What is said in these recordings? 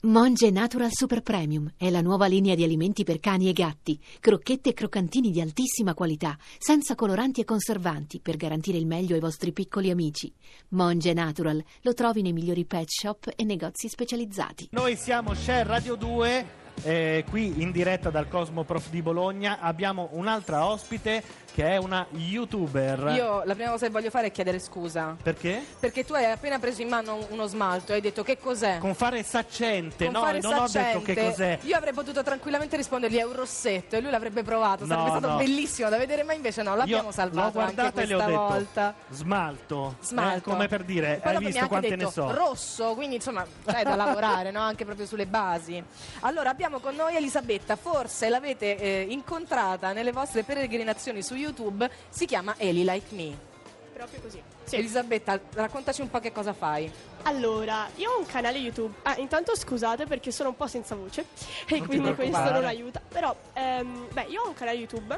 Monge Natural Super Premium è la nuova linea di alimenti per cani e gatti, crocchette e croccantini di altissima qualità, senza coloranti e conservanti, per garantire il meglio ai vostri piccoli amici. Monge Natural lo trovi nei migliori pet shop e negozi specializzati. Noi siamo Share Radio 2, qui in diretta dal Cosmoprof di Bologna. Abbiamo un'altra ospite che è una youtuber. Io la prima cosa che voglio fare è chiedere scusa. Perché? Perché tu hai appena preso in mano uno smalto e hai detto che cos'è? Con fare saccente. Con no, fare non saccente. ho detto che cos'è. Io avrei potuto tranquillamente rispondergli è un rossetto e lui l'avrebbe provato. Sarebbe No, stato no. bellissimo da vedere, ma invece no, l'abbiamo Io salvato l'ho guardata anche e le ho questa detto volta. smalto. Smalto. Come per dire, E poi hai dopo mi visto ha anche quante detto ne so. rosso, quindi insomma c'è da lavorare, no? Anche proprio sulle basi. Allora abbiamo con noi Elisabetta, forse l'avete incontrata nelle vostre peregrinazioni su YouTube, si chiama Eli Like Me. Proprio così. Sì. Elisabetta, raccontaci un po' che cosa fai. Allora, io ho un canale YouTube. Intanto scusate perché sono un po' senza voce e Non quindi ti questo preoccupare. non aiuta. Però, io ho un canale YouTube.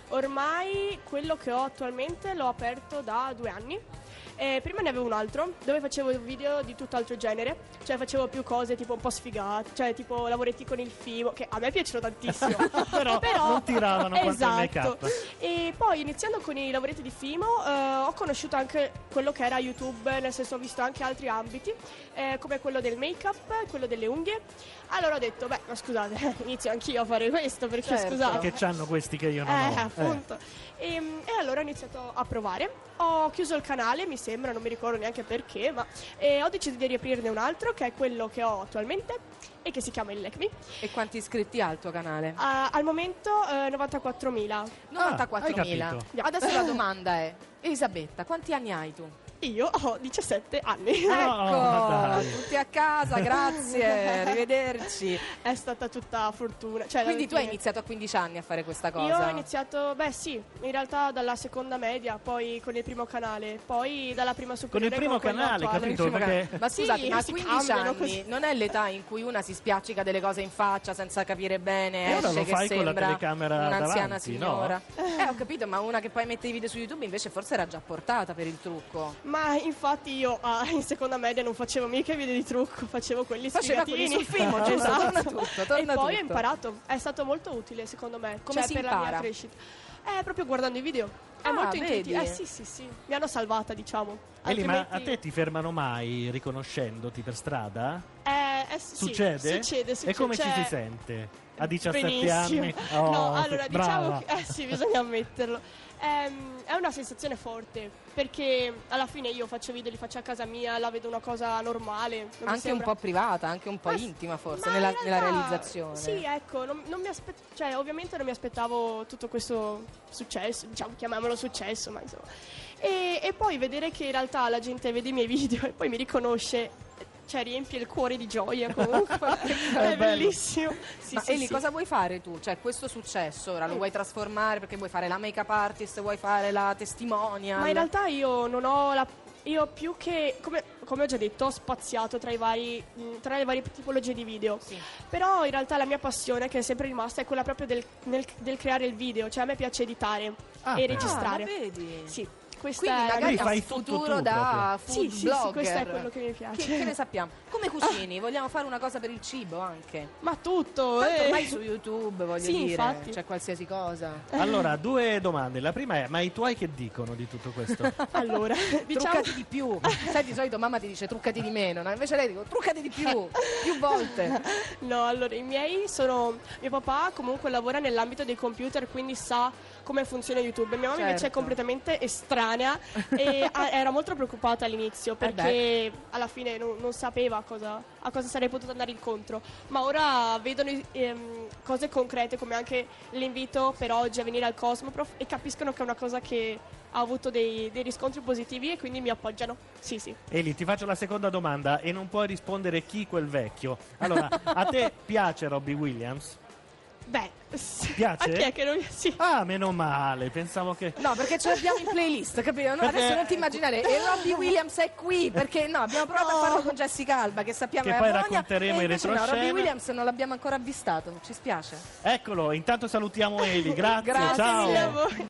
Ormai quello che ho attualmente l'ho aperto da 2 anni. Prima ne avevo un altro dove facevo video di tutt'altro genere, cioè facevo più cose tipo un po' sfigate, cioè tipo lavoretti con il fimo, che a me piacciono tantissimo. Però non tiravano quanto il esatto. make-up. E poi iniziando con i lavoretti di fimo ho conosciuto anche quello che era YouTube, nel senso ho visto anche altri ambiti, come quello del make-up, quello delle unghie. Allora ho detto, beh, ma scusate, inizio anch'io a fare questo perché Certo. scusate. Che c'hanno questi che io non ho. Appunto. E allora ho iniziato a provare. Ho chiuso il canale, mi sembra, non mi ricordo neanche perché, ma ho deciso di riaprirne un altro che è quello che ho attualmente e che si chiama il Like Me. E quanti iscritti ha il tuo canale? Al momento 94.000. 94.000. hai capito. Adesso la domanda è, Elisabetta, quanti anni hai tu? Io ho 17 anni. No, Ecco, ma dai. tutti a casa, grazie, arrivederci. È stata tutta fortuna. Cioè, Quindi alla tu hai fine- iniziato a 15 anni a fare questa cosa? Io ho iniziato, sì, in realtà dalla seconda media, poi con il primo canale, poi dalla prima Con il superiore primo quello canale, attuale. capito? Primo Perché canale. Ma scusate, Sì, ma a si 15 cambiano anni così. non è l'età in cui una si spiaccica delle cose in faccia senza capire bene, E ora esce lo che fai con la sembra telecamera un'anziana davanti, no? signora. Ho capito, ma una che poi mette i video su YouTube invece forse era già portata per il trucco. Ma infatti io in seconda media non facevo mica i video di trucco, facevo quelli Faceva sfigatini. quelli sul film, giusto? Esatto. Torna tutto, torna E poi tutto. ho imparato, è stato molto utile secondo me, Come si per la impara? mia crescita. Proprio guardando i video. È Ah, molto vedi? intuitivo. Sì. Mi hanno salvata, diciamo. Eli, ma a Altrimenti- te ti fermano mai riconoscendoti per strada? sì, Succede? Succede. E come ci Cioè, si sente? A 17 benissimo. anni? No, Oh, allora brava. diciamo che sì, bisogna ammetterlo. È una sensazione forte perché alla fine io faccio video, li faccio a casa mia, la vedo una cosa normale. Non mi Anche sembra- un po' privata, anche un po' Ma- intima forse, ma nella, in nella realtà, realizzazione. Sì, ecco, non mi cioè ovviamente non mi aspettavo tutto questo successo, diciamo, chiamiamolo successo, ma insomma. E poi vedere che in realtà la gente vede i miei video e poi mi riconosce, cioè riempie il cuore di gioia comunque. È bello. bellissimo. Sì, Ma sì, Eli, sì. cosa vuoi fare tu? Cioè, questo successo ora lo vuoi trasformare perché vuoi fare la make-up artist, vuoi fare la testimonial? Ma in realtà io non ho io più che, come ho già detto, ho spaziato tra le varie tipologie di video. Sì. Però in realtà la mia passione, che è sempre rimasta, è quella proprio del creare il video. Cioè a me piace editare e registrare. Ah, ma vedi? Sì, questa Quindi è la magari Quindi ha fai un tutto futuro tu da Sì, food sì, blogger. questo è quello che mi piace. Che ne sappiamo? Come cucini? Vogliamo fare una cosa per il cibo anche? Ma tutto, Tanto ormai su YouTube, voglio Sì, dire, infatti. c'è qualsiasi cosa. Allora, 2 domande. La prima è, ma i tuoi che dicono di tutto questo? Allora, diciamo Truccati di più. Sai, di solito mamma ti dice truccati di meno, no? Invece lei dico truccati di più volte. No, allora i miei sono mio papà comunque lavora nell'ambito dei computer, quindi sa come funziona YouTube. Mia mamma invece è Certo. completamente estranea e era molto preoccupata all'inizio perché alla fine non sapeva a cosa sarei potuta andare incontro. Ma ora vedono cose concrete come anche l'invito per oggi a venire al Cosmoprof e capiscono che è una cosa che ha avuto dei riscontri positivi e quindi mi appoggiano. Sì. Eli, ti faccio la seconda domanda e non puoi rispondere chi quel vecchio. Allora, a te piace Robbie Williams? Beh, Piace? a chi è che non sì. Ah, meno male, pensavo che... No, perché ce l'abbiamo in playlist, capito? No, Perché- adesso non ti immaginare. E Robbie Williams è qui, perché no, abbiamo provato a farlo con Jessica Alba, che sappiamo Che è a poi Bologna, racconteremo e in invece retroscena. No, Robbie Williams non l'abbiamo ancora avvistato, ci spiace. Eccolo, intanto salutiamo Eli, grazie, Grazie ciao! mille a voi.